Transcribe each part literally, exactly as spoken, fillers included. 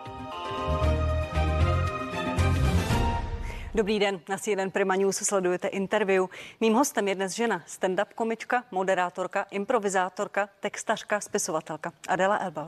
Dobrý den, na C N N Prima News sledujete interview. Mým hostem je dnes žena, stand-up komička, moderátorka, improvizátorka, textařka, spisovatelka Adela Elbal.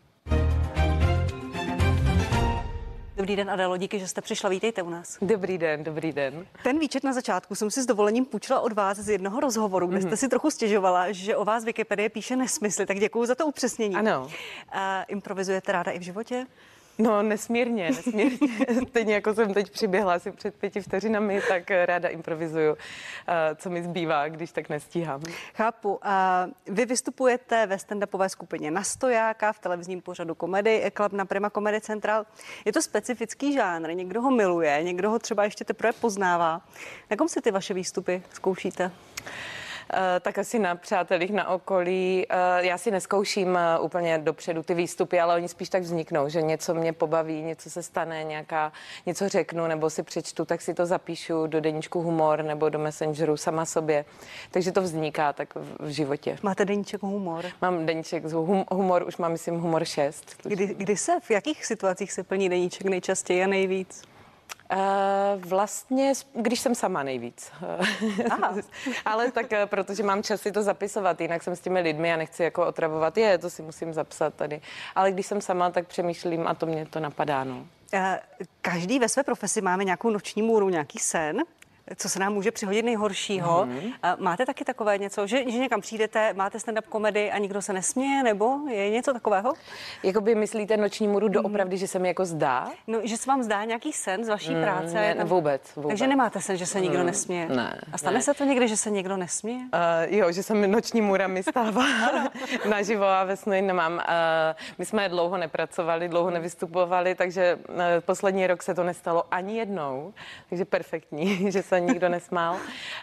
Dobrý den, Adelo, díky, že jste přišla, vítejte u nás. Dobrý den, dobrý den. Ten výčet na začátku jsem si s dovolením půjčila od vás z jednoho rozhovoru, kde mm-hmm. jste si trochu stěžovala, že o vás Wikipedie píše nesmysly, tak děkuju za to upřesnění. Ano. A improvizujete ráda i v životě? No nesmírně, nesmírně. Stejně jako jsem teď přiběhla asi před pěti vteřinami, tak ráda improvizuju, co mi zbývá, když tak nestíhám. Chápu. A vy vystupujete ve stand-upové skupině Na stojáka, v televizním pořadu Comedy Club na Prima Comedy Central. Je to specifický žánr, někdo ho miluje, někdo ho třeba ještě teprve poznává. Na kom si ty vaše výstupy zkoušíte? Uh, tak asi na přátelích, na okolí. Uh, já si neskouším uh, úplně dopředu ty výstupy, ale oni spíš tak vzniknou, že něco mě pobaví, něco se stane, nějaká, něco řeknu nebo si přečtu, tak si to zapíšu do deníčku Humor nebo do Messengeru sama sobě. Takže to vzniká tak v, v životě. Máte deníček Humor? Mám deníček hum, Humor, už mám, myslím, Humor šest. Kdy, kdy se, v jakých situacích se plní deníček nejčastěji a nejvíc? Uh, vlastně, když jsem sama nejvíc. Aha. Ale tak, protože mám čas si to zapisovat, jinak jsem s těmi lidmi a nechci jako otravovat, je, to si musím zapsat tady. Ale když jsem sama, tak přemýšlím a to mě to napadá, no. Uh, každý ve své profesi máme nějakou noční můru, nějaký sen. Co se nám může přihodit nejhoršího. Mm. Máte taky takové něco, že, že někam přijdete, máte stand-up komedy a nikdo se nesměje, nebo je něco takového? Jakoby myslíte noční můru doopravdy, mm. že se mi jako zdá? No, že se vám zdá nějaký sen z vaší mm, práce? Ne, tam... vůbec, vůbec. Takže nemáte sen, že se nikdo mm, nesměje? Ne. A stane ne. se to někdy, že se někdo nesměje? Uh, jo, že se mi noční můra mi stává naživo a ve snu nemám. Uh, my jsme dlouho nepracovali, dlouho nevystupovali, takže uh, poslední rok se to nestalo ani jednou, takže perfektní, že se nikdo nesmál. Uh,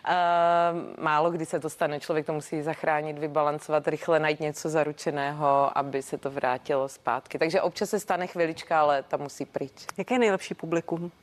málo kdy se to stane, člověk to musí zachránit, vybalancovat, rychle najít něco zaručeného, aby se to vrátilo zpátky. Takže občas se stane chvilička, ale ta musí pryč. Jaké je nejlepší publikum?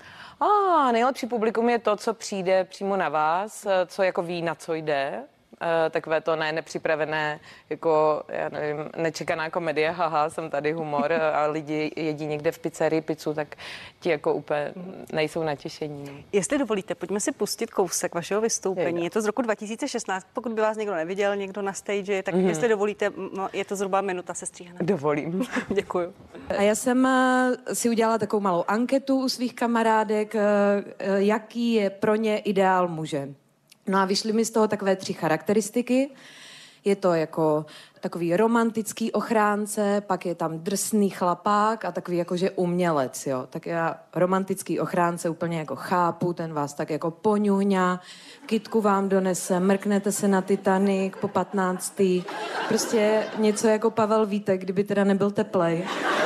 A nejlepší publikum je to, co přijde přímo na vás, co jako ví, na co jde. Uh, takové to ne nepřipravené, jako, já nevím, nečekaná komedie, haha, jsem tady humor a lidi jedí někde v pizzerii pizzu, tak ti jako úplně nejsou natěšení. Jestli dovolíte, pojďme si pustit kousek vašeho vystoupení. Je, je to z roku dva tisíce šestnáct, pokud by vás někdo neviděl, někdo na stage, tak mm-hmm. jestli dovolíte, je to zhruba minuta sestříhaná. Dovolím. Děkuju. A já jsem si udělala takovou malou anketu u svých kamarádek, jaký je pro ně ideál muže. No a vyšly mi z toho takové tři charakteristiky. Je to jako takový romantický ochránce, pak je tam drsný chlapák a takový jakože umělec, jo. Tak já romantický ochránce úplně jako chápu, ten vás tak jako poňuhňá, kytku vám donese, mrknete se na Titanic po patnáctý. Prostě něco jako Pavel Vítek, kdyby teda nebyl teplej.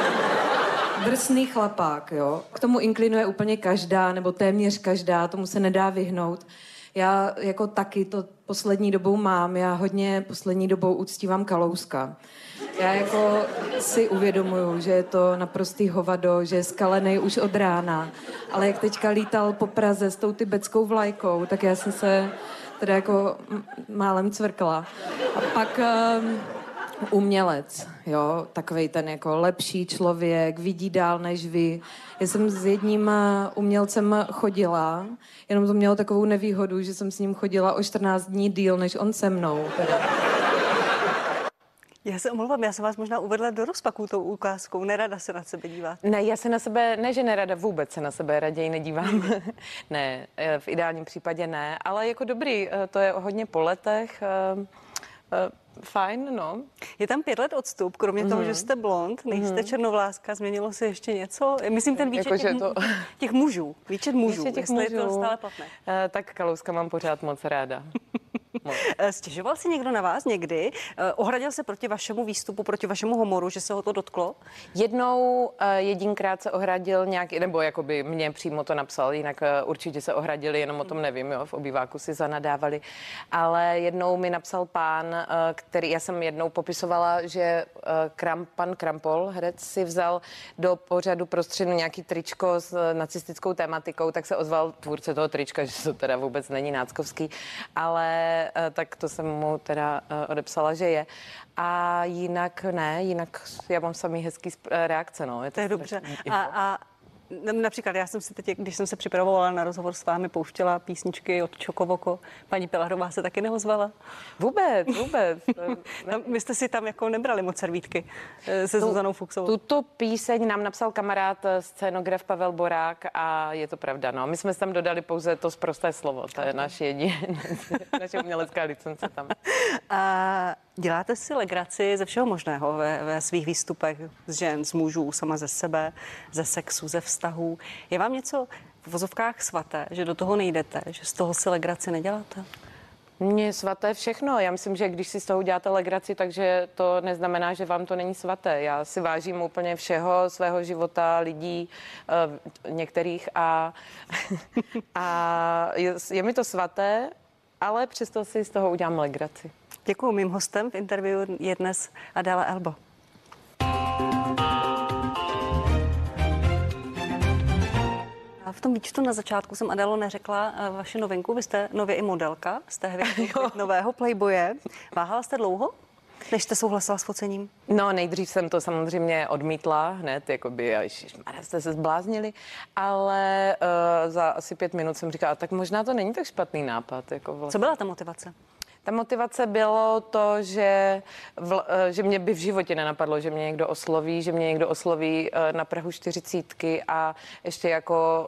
Drsný chlapák, jo. K tomu inklinuje úplně každá, nebo téměř každá, tomu se nedá vyhnout. Já jako taky to poslední dobou mám, já hodně poslední dobou uctívám Kalouska. Já jako si uvědomuju, že je to naprostý hovado, že je skalenej už od rána, ale jak teďka lítal po Praze s tou tibetskou vlajkou, tak já jsem se teda jako málem cvrkla. A pak um, umělec, jo, takovej ten jako lepší člověk, vidí dál než vy. Já jsem s jedním umělcem chodila, jenom to mělo takovou nevýhodu, že jsem s ním chodila o čtrnáct dní díl, než on se mnou. Teda. Já se omlouvám, já jsem vás možná uvedla do rozpaků tou ukázkou, nerada se na sebe dívat. Ne, já se na sebe, ne, že nerada, vůbec se na sebe raději nedívám. Ne, v ideálním případě ne, ale jako dobrý, to je hodně po letech. Fajn, no. Je tam pět let odstup, kromě mm-hmm. toho, že jste blond, nejste mm-hmm. černovláska, změnilo se ještě něco? Myslím ten výčet jako, těch, to... těch mužů, výčet mužů, výčet těch jestli mužů. Je to stále platné. Uh, tak Kalouska mám pořád moc ráda. Moc. Stěžoval si někdo na vás někdy? Ohradil se proti vašemu výstupu, proti vašemu humoru, že se ho to dotklo? Jednou jedinkrát se ohradil nějaký, nebo jakoby mě přímo to napsal, jinak určitě se ohradili, jenom o tom nevím, jo, v obýváku si zanadávali. Ale jednou mi napsal pán, který, já jsem jednou popisovala, že Kram, pan Krampol, herec, si vzal do pořadu prostředu nějaký tričko s nacistickou tematikou, tak se ozval tvůrce toho trička, že to teda vůbec není náckovský, ale je, tak to jsem mu teda odepsala, že je. A jinak ne, jinak já mám samý hezký reakce, no. Je to, to je dobře. A, a například já jsem si teď, když jsem se připravovala na rozhovor s vámi, pouštěla písničky od Čokovoko. Paní Pilarová se taky neozvala? Vůbec, vůbec. No, my jste si tam jako nebrali moc servítky se tu, Zuzanou Fuchsovou. Tuto píseň nám napsal kamarád, scénograf Pavel Borák a je to pravda, no. My jsme tam dodali pouze to sprosté slovo, to je naš jediný, naše umělecká licence tam. A děláte si legraci ze všeho možného ve, ve svých výstupech z žen, z mužů, sama ze sebe, ze sexu, ze vztahů. Je vám něco v vozovkách svaté, že do toho nejdete, že z toho si legraci neděláte? Mně svaté všechno. Já myslím, že když si z toho uděláte legraci, takže to neznamená, že vám to není svaté. Já si vážím úplně všeho svého života, lidí, některých a, a je, je mi to svaté, ale přesto si z toho udělám legraci. Děkuju. Mým hostem v interview je dnes Adéla Elbo. V tom výčtu na začátku jsem, Adélo, neřekla vaši novinku. Vy jste nově i modelka, jste hvězdou nového Playboye. Váhala jste dlouho, než jste souhlasila s focením? No, nejdřív jsem to samozřejmě odmítla hned, jakoby, ježišmarja, jste se zbláznili, ale uh, za asi pět minut jsem říkala, tak možná to není tak špatný nápad. Jako vlastně. Co byla ta motivace? Ta motivace bylo to, že, vl, že mě by v životě nenapadlo, že mě někdo osloví, že mě někdo osloví na prahu čtyřicítky a ještě jako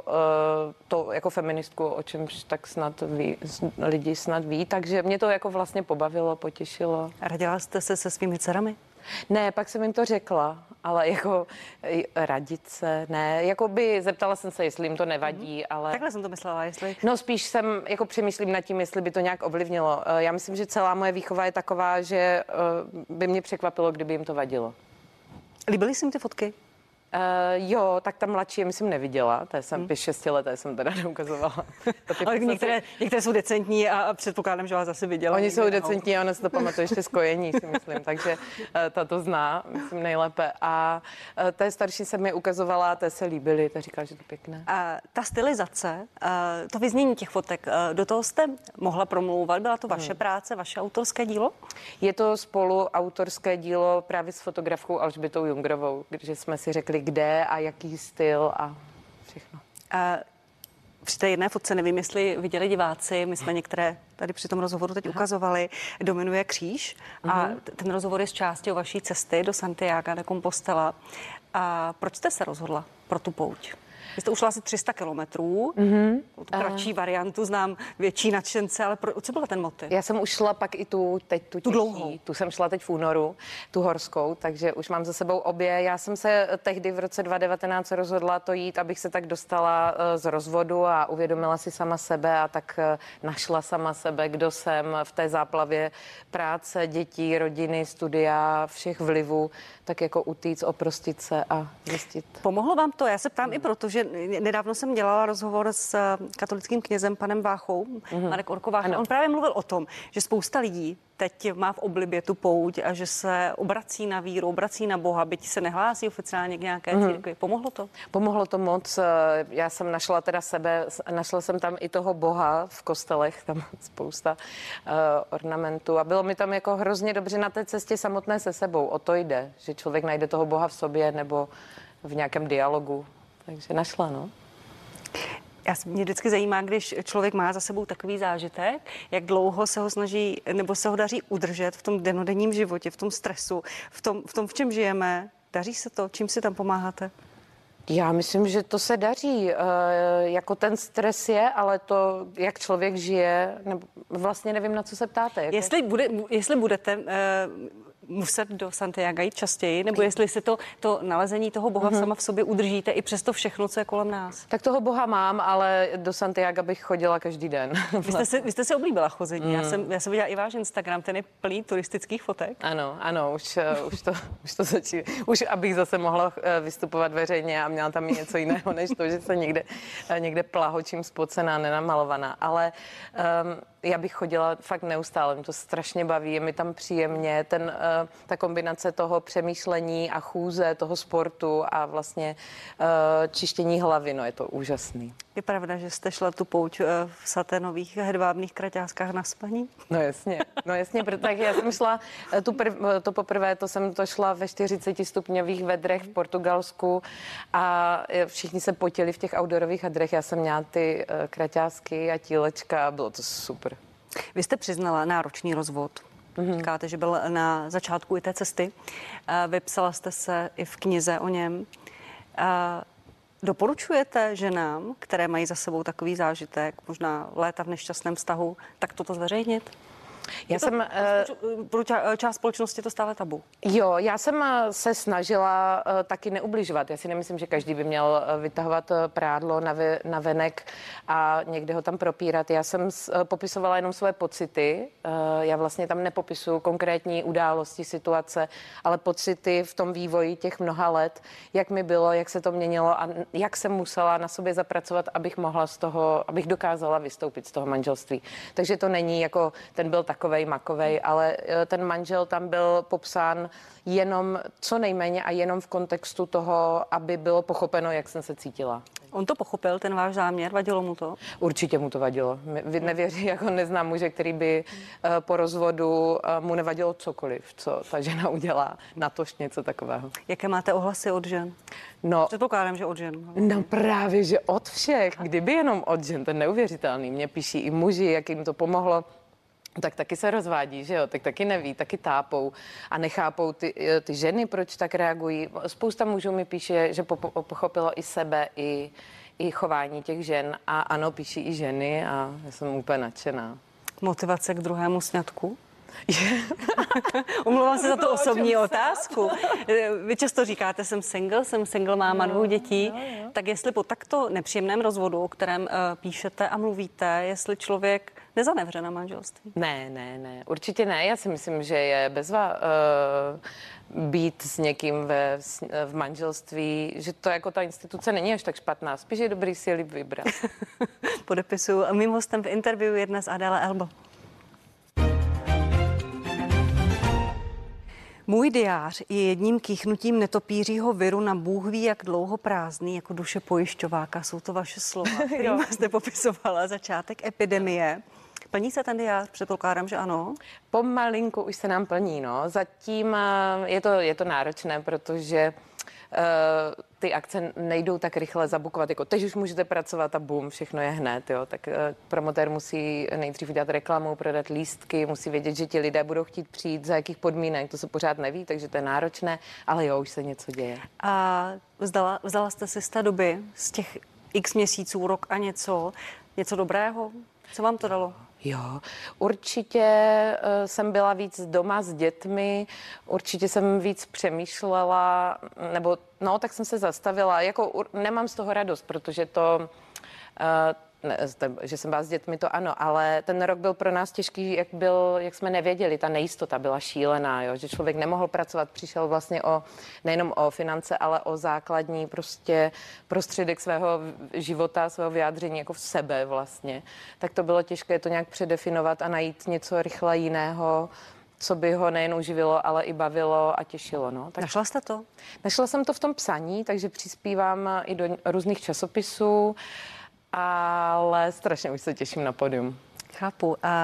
to jako feministku, o čemž tak snad ví, lidi snad ví, takže mě to jako vlastně pobavilo, potěšilo. A radila jste se se svými dcerami? Ne, pak jsem jim to řekla, ale jako radit se, ne, jako by zeptala jsem se, jestli jim to nevadí, mm. ale... Takhle jsem to myslela, jestli... No spíš jsem, jako přemýšlím nad tím, jestli by to nějak ovlivnilo. Já myslím, že celá moje výchova je taková, že by mě překvapilo, kdyby jim to vadilo. Líbily se jim ty fotky? Uh, jo, tak ta mladší je myslím neviděla, to jsem hmm. pět, šesti leté jsem teda neukazovala. Ale některé, si... některé jsou decentní a, a předpokládám, že vás zase viděla. Oni jsou decentní a ona se to pamatuje ještě z kojení, si myslím, takže uh, ta to zná, myslím nejlépe. A uh, té starší se mi ukazovala, té se líbily, ta říkala, že to je pěkné. A ta stylizace, uh, to vyznění těch fotek, uh, do toho jste mohla promlouvat, byla to vaše hmm. práce, vaše autorské dílo? Je to spolu autorské dílo právě s fotografkou Alžbětou Jungrovou, kde jsme si řekli, kde a jaký styl a všechno. A při té jedné fotce, nevím, jestli viděli diváci, my jsme některé tady při tom rozhovoru teď Aha. ukazovali, dominuje kříž a uh-huh. ten rozhovor je z části o vaší cesty do Santiago de Compostela. A proč jste se rozhodla pro tu pouť? Vy jste ušla asi tři sta kilometrů, mm-hmm. tu kratší uh. variantu, znám větší nadšence, ale pro, co byl ten motiv? Já jsem ušla pak i tu, teď tu, tu dlouhou. Tu jsem šla teď v únoru, tu horskou, takže už mám za sebou obě. Já jsem se tehdy v roce dva tisíce devatenáct rozhodla to jít, abych se tak dostala z rozvodu a uvědomila si sama sebe a tak našla sama sebe, kdo jsem v té záplavě práce, dětí, rodiny, studia, všech vlivů, tak jako utíct, oprostit se a zjistit. Pomohlo vám to? Já se ptám hmm. i proto, že nedávno jsem dělala rozhovor s katolickým knězem panem Váchou, mm-hmm. Marek Orkovách. On právě mluvil o tom, že spousta lidí teď má v oblibě tu pouť a že se obrací na víru, obrací na Boha, byť se nehlásí oficiálně k nějaké mm-hmm. církvi. Pomohlo to? Pomohlo to moc. Já jsem našla teda sebe, našla jsem tam i toho Boha v kostelech, tam spousta uh, ornamentů a bylo mi tam jako hrozně dobře na té cestě samotné se sebou. O to jde, že člověk najde toho Boha v sobě nebo v nějakém dialogu. Takže našla, no. Já mě vždycky zajímá, když člověk má za sebou takový zážitek, jak dlouho se ho snaží, nebo se ho daří udržet v tom dennodenním životě, v tom stresu, v tom, v tom, v čem žijeme. Daří se to? Čím si tam pomáháte? Já myslím, že to se daří. E, jako ten stres je, ale to, jak člověk žije, nebo vlastně nevím, na co se ptáte. Jako... Jestli, bude, jestli budete... E, muset do Santiago jít častěji, nebo jestli si to, to nalezení toho Boha mm-hmm. sama v sobě udržíte i přes to všechno, co je kolem nás? Tak toho Boha mám, ale do Santiago bych chodila každý den. Vy jste si, vy jste si oblíbila chození. Mm. Já jsem, já jsem viděla i váš Instagram, ten je plný turistických fotek. Ano, ano, už, už to, už to začíná. Už abych zase mohla vystupovat veřejně a měla tam i něco jiného, než to, že se někde, někde plahočím spocená, nenamalovaná. Ale um, já bych chodila fakt neustále, mě to strašně baví, je mi tam příjemně, ten, uh, ta kombinace toho přemýšlení a chůze, toho sportu a vlastně uh, čištění hlavy, no je to úžasný. Je pravda, že jste šla tu pouť v saténových hedvábných kraťáskách na spaní? No jasně, no jasně, protože já jsem šla, tu prv, to poprvé, to jsem to šla ve čtyřiceti stupňových vedrech v Portugalsku a všichni se potili v těch outdoorových hadrech, já jsem měla ty kraťásky a tílečka a bylo to super. Vy jste přiznala náročný rozvod. Mm-hmm. Říkáte, že byl na začátku i té cesty. Vypsala jste se i v knize o něm. Doporučujete ženám, které mají za sebou takový zážitek, možná léta v nešťastném vztahu, tak toto zveřejnit? Já to, jsem uh, pro část společnosti je to stále tabu. Jo, já jsem se snažila uh, taky neubližovat. Já si nemyslím, že každý by měl uh, vytahovat uh, prádlo na, ve, na venek a někde ho tam propírat. Já jsem uh, popisovala jenom svoje pocity. Uh, já vlastně tam nepopisuju konkrétní události, situace, ale pocity v tom vývoji těch mnoha let, jak mi bylo, jak se to měnilo a jak jsem musela na sobě zapracovat, abych mohla z toho, abych dokázala vystoupit z toho manželství. Takže to není jako ten byl takovej makovej, ale ten manžel tam byl popsán jenom co nejméně a jenom v kontextu toho, aby bylo pochopeno, jak jsem se cítila. On to pochopil, ten váš záměr, vadilo mu to? Určitě mu to vadilo. Vy nevěří, jako neznám muže, který by po rozvodu mu nevadilo cokoliv, co ta žena udělá, natož něco takového. Jaké máte ohlasy od žen? No, předpokládám, že od žen. No právě, že od všech. Kdyby jenom od žen, to je neuvěřitelný. Mně píší i muži, jak jim to pomohlo. Tak taky se rozvádí, že jo, tak taky neví, taky tápou a nechápou ty, ty ženy, proč tak reagují. Spousta mužů mi píše, že po, pochopilo i sebe, i, i chování těch žen a ano, píší i ženy a já jsem úplně nadšená. Motivace k druhému sňatku? Umlouvám se za tu osobní otázku. Vy často říkáte, jsem single, jsem single, máma dvou dětí, no, no. Tak jestli po takto nepříjemném rozvodu, o kterém uh, píšete a mluvíte, jestli člověk nezanevře na manželství? Ne, ne, ne, určitě ne. Já si myslím, že je bezva uh, být s někým ve, v manželství, že to jako ta instituce není až tak špatná, spíš je dobrý si líp vybrat. Podepisuju. A mým hostem v interview je dnes Adéla Elbo. Můj diář je jedním kýchnutím netopířího viru na Bůh ví, jak dlouho prázdný, jako duše pojišťováka. Jsou to vaše slova, kterými jste popisovala začátek epidemie. Plní se ten diář? Předpokládám, že ano. Pomalinku už se nám plní, no. Zatím je to, je to náročné, protože uh, ty akce nejdou tak rychle zabukovat, jako teď už můžete pracovat a bum, všechno je hned, jo. Tak uh, promotér musí nejdřív udělat reklamu, prodat lístky, musí vědět, že ti lidé budou chtít přijít, za jakých podmínek, to se pořád neví, takže to je náročné, ale jo, už se něco děje. A vzdala, vzdala jste si z té doby, z těch x měsíců, rok a něco, něco dobrého? Co vám to dalo? Jo, určitě uh, jsem byla víc doma s dětmi, určitě jsem víc přemýšlela, nebo no, tak jsem se zastavila. Jako ur, nemám z toho radost, protože to, uh, ne, že jsem byla s dětmi, to ano, ale ten rok byl pro nás těžký, jak, byl, jak jsme nevěděli, ta nejistota byla šílená, jo, že člověk nemohl pracovat, přišel vlastně o, nejenom o finance, ale o základní prostě prostředek svého života, svého vyjádření, jako v sebe vlastně. Tak to bylo těžké to nějak předefinovat a najít něco rychle jiného, co by ho nejen uživilo, ale i bavilo a těšilo. No. Tak našla jste to? Našla jsem to v tom psaní, takže přispívám i do různých časopisů, ale strašně už se těším na pódium. Chápu. A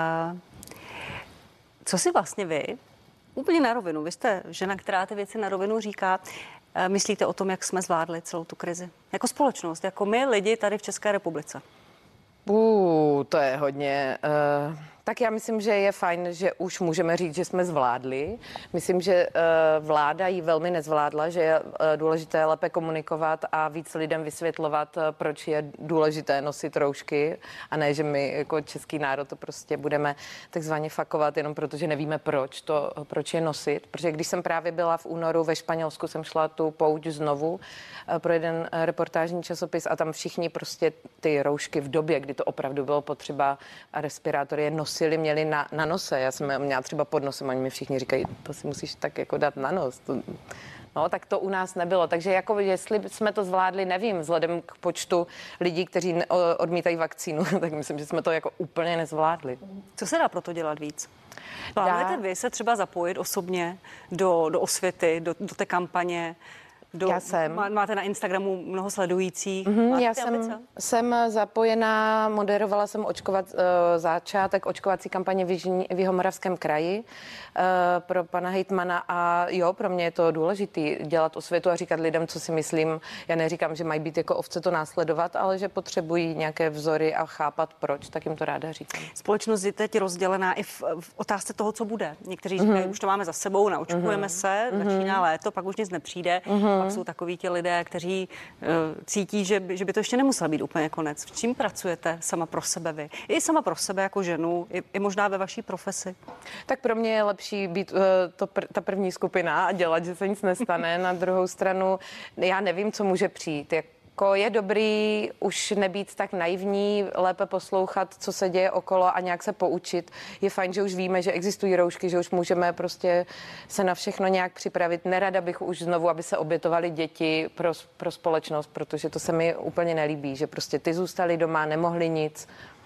co si vlastně vy, úplně na rovinu, vy jste žena, která ty věci na rovinu říká, myslíte o tom, jak jsme zvládli celou tu krizi? Jako společnost, jako my lidi tady v České republice. Uh, to je hodně... Uh... Tak já myslím, že je fajn, že už můžeme říct, že jsme zvládli. Myslím, že uh, vláda ji velmi nezvládla, že je uh, důležité lépe komunikovat a víc lidem vysvětlovat, uh, proč je důležité nosit roušky a ne, že my jako český národ to prostě budeme takzvaně fakovat, jenom protože nevíme proč to, proč je nosit. Protože když jsem právě byla v únoru ve Španělsku, jsem šla tu pouť znovu uh, pro jeden uh, reportážní časopis a tam všichni prostě ty roušky v době, kdy to opravdu bylo potřeba a respirátory je nosit, měli na, na nose. Já jsem měla třeba pod nosem, oni mi všichni říkají, to si musíš tak jako dát na nos. To, No, tak to u nás nebylo. Takže jako jestli jsme to zvládli, nevím, vzhledem k počtu lidí, kteří ne- odmítají vakcínu, tak myslím, že jsme to jako úplně nezvládli. Co se dá pro to dělat víc? Plánujete vy se třeba zapojit osobně do, do osvěty, do, do té kampaně? Do, Já jsem. Má, máte na Instagramu mnoho sledujících. Mm, máte já ty jsem, ambice? jsem zapojená, moderovala jsem očkovat, uh, začátek očkovací kampaně v, Jižní, v Jihomoravském kraji uh, pro pana hejtmana a jo, pro mě je to důležitý dělat osvětu a říkat lidem, co si myslím. Já neříkám, že mají být jako ovce to následovat, ale že potřebují nějaké vzory a chápat proč, tak jim to ráda říkám. Společnost je teď rozdělená i v, v otázce toho, co bude. Někteří říkají, Mhm. už to máme za sebou, naočkujeme Mhm. se, Mhm. začíná léto, pak už nic nepřijde. Mhm. Pak jsou takoví ti lidé, kteří uh, cítí, že by, že by to ještě nemusel být úplně konec. V čím pracujete sama pro sebe vy? I sama pro sebe jako ženu, i, i možná ve vaší profesi. Tak pro mě je lepší být uh, to pr- ta první skupina a dělat, že se nic nestane. Na druhou stranu, já nevím, co může přijít. Jako je dobrý už nebýt tak naivní, lépe poslouchat, co se děje okolo a nějak se poučit. Je fajn, že už víme, že existují roušky, že už můžeme prostě se na všechno nějak připravit. Nerada bych už znovu, aby se obětovaly děti pro, pro společnost, protože to se mi úplně nelíbí, že prostě ty zůstali doma, nemohli nic.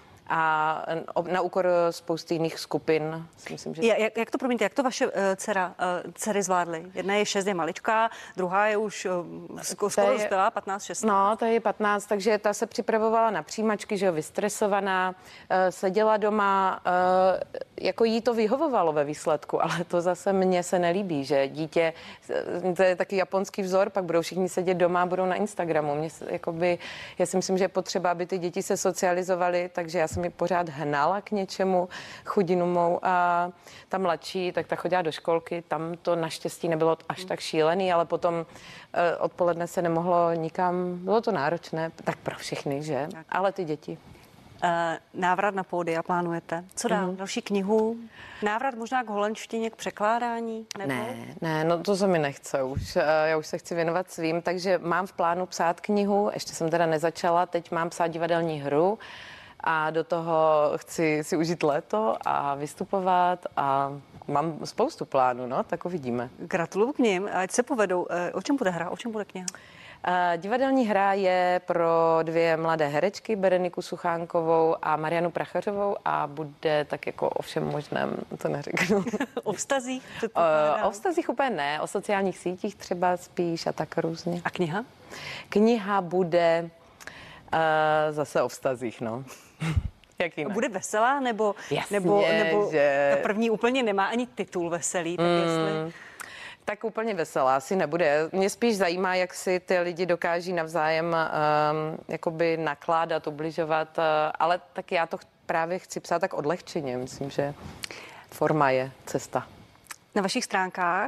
A na úkor spousty jiných skupin. Myslím, že... Jak, jak to, promiňte, jak to vaše uh, dcera, uh, dcery zvládly? Jedna je šest, je maličká, druhá je už uh, skoro je, dospělá, patnáct šestnáct. No, to je patnáct, takže ta se připravovala na přijímačky, že jo, vystresovaná, uh, seděla doma, uh, jako jí to vyhovovalo ve výsledku, ale to zase mně se nelíbí, že dítě, to je taky japonský vzor, pak budou všichni sedět doma a budou na Instagramu. Mě, jakoby, já si myslím, že je potřeba, aby ty děti se socializovaly, takže já jsem ji pořád hnala k něčemu, chudinu mou a ta mladší, tak ta chodila do školky, tam to naštěstí nebylo až tak šílený, ale potom uh, odpoledne se nemohlo nikam, bylo to náročné, tak pro všechny, že? Tak. Ale ty děti. Uh, návrat na pódia plánujete? Co dál? Mm. Další knihu? Návrat možná k holandštině, k překládání? Nebo? Ne, ne, no to se mi nechce už. Já už se chci věnovat svým, takže mám v plánu psát knihu, ještě jsem teda nezačala, teď mám psát divadelní hru a do toho chci si užít léto a vystupovat a mám spoustu plánů, no, tak uvidíme. Gratuluju k nim, ať se povedou. O čem bude hra, o čem bude kniha? Uh, divadelní hra je pro dvě mladé herečky, Bereniku Suchánkovou a Marianu Prachařovou a bude tak jako o všem možném, to neřeknu. O vztazích? Uh, o vztazích úplně ne, o sociálních sítích třeba spíš a tak různě. A kniha? Kniha bude uh, zase o vztazích, no. Jak jinak? Bude veselá, nebo, Jasně, nebo, nebo že... ta první úplně nemá ani titul veselý, tak mm. jestli... Tak úplně veselá asi nebude. Mě spíš zajímá, jak si ty lidi dokáží navzájem um, jakoby nakládat, ubližovat, uh, ale tak já to právě chci psát tak odlehčeně. Myslím, že forma je cesta. Na vašich stránkách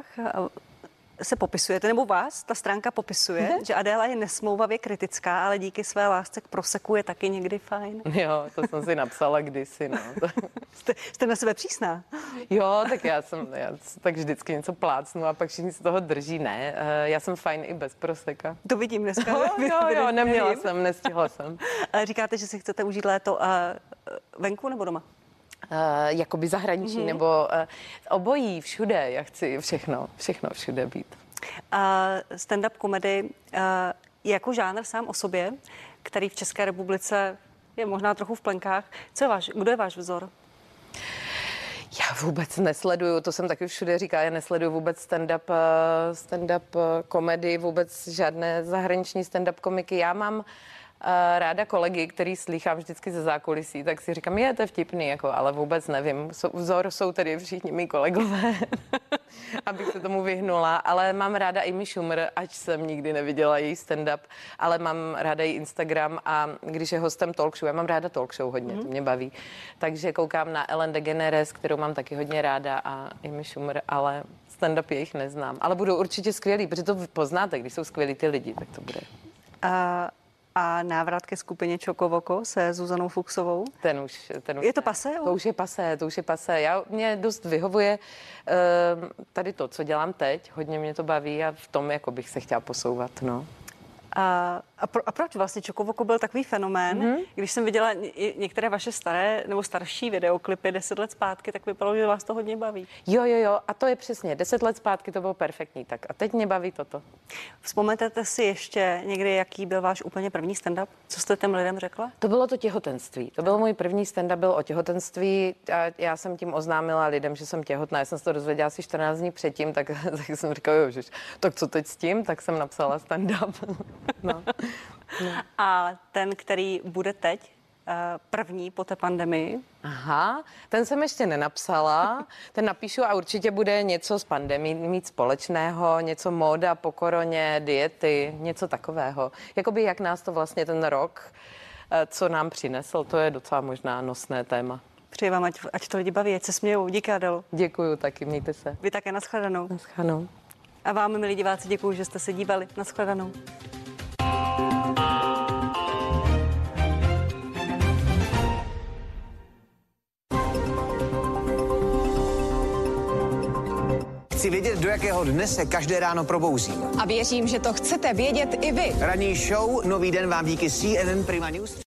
se popisujete, nebo vás ta stránka popisuje, mm-hmm. že Adéla je nesmlouvavě kritická, ale díky své lásce k proseku je taky někdy fajn. Jo, to jsem si napsala kdysi, no. jste, jste na sebe přísná. Jo, tak já jsem, já tak vždycky něco plácnu a pak všichni se toho drží, ne. Já jsem fajn i bez proseka. To vidím dneska. Jo, jo, jo, neměla jsem, nestihla jsem. Říkáte, že si chcete užít léto venku nebo doma? Uh, jakoby zahraničí, mm-hmm. nebo uh, obojí, všude, já chci všechno, všechno všude být. Uh, stand-up komedy uh, je jako žánr sám o sobě, který v České republice je možná trochu v plenkách. Co je váš, kdo je váš vzor? Já vůbec nesleduju, to jsem taky všude říkala, já nesleduju vůbec stand-up, stand-up komedy, vůbec žádné zahraniční stand-up komiky. Já mám Uh, ráda kolegy, který slýchám vždycky ze zákulisí, tak si říkám, je, to je vtipný, jako, ale vůbec nevím. Jsou, vzor jsou tedy všichni mý kolegové, abych se tomu vyhnula, ale mám ráda Amy Schumer, ač jsem nikdy neviděla její stand-up, ale mám ráda její Instagram a když je hostem talk show, já mám ráda talk show hodně, mm. to mě baví, takže koukám na Ellen DeGeneres, kterou mám taky hodně ráda a Amy Schumer, ale stand-up jejich neznám, ale budou určitě skvělí, protože to poznáte, když jsou skvělí ty lidi, tak to bude. Uh... A návrat ke skupině Čokovoko se Zuzanou Fuchsovou? Ten už, ten už je to ne. pasé? To už je pasé, to už je pasé. Já, mě dost vyhovuje uh, tady to, co dělám teď. Hodně mě to baví a v tom jako bych se chtěla posouvat, no. A A, pro, a proč vlastně Čokovoko byl takový fenomén? Mm-hmm. Když jsem viděla ně, některé vaše staré nebo starší videoklipy deset let zpátky, tak vypadalo, že vás to hodně baví. Jo, jo, jo, a to je přesně. Deset let zpátky to bylo perfektní, tak a teď mě baví toto. Vzpomenete si ještě někdy, jaký byl váš úplně první stand-up? Co jste těm lidem řekla? To bylo to těhotenství. To byl můj první stand-up, byl o těhotenství. A já jsem tím oznámila lidem, že jsem těhotná. Já jsem se to dozvěděla asi čtrnáct dní předtím, tak, tak jsem říkala, jo, že, tak co teď s tím? Tak jsem napsala stand-up. No. No. A ten, který bude teď, první po té pandemii? Aha, ten jsem ještě nenapsala, ten napíšu a určitě bude něco s pandemí mít společného, něco móda po koroně, diety, něco takového. Jakoby jak nás to vlastně ten rok, co nám přinesl, to je docela možná nosné téma. Přeji vám, ať, ať to lidi baví, ať se smějou. Díky, Adelo. Děkuju taky, mějte se. Vy také, nashledanou. Nashledanou. A vám, milí diváci, děkuju, že jste se dívali. Nashledanou. Chci vědět, do jakého dne se každé ráno probouzím. A věřím, že to chcete vědět i vy. Ranní show Nový den vám díky C N N Prima News.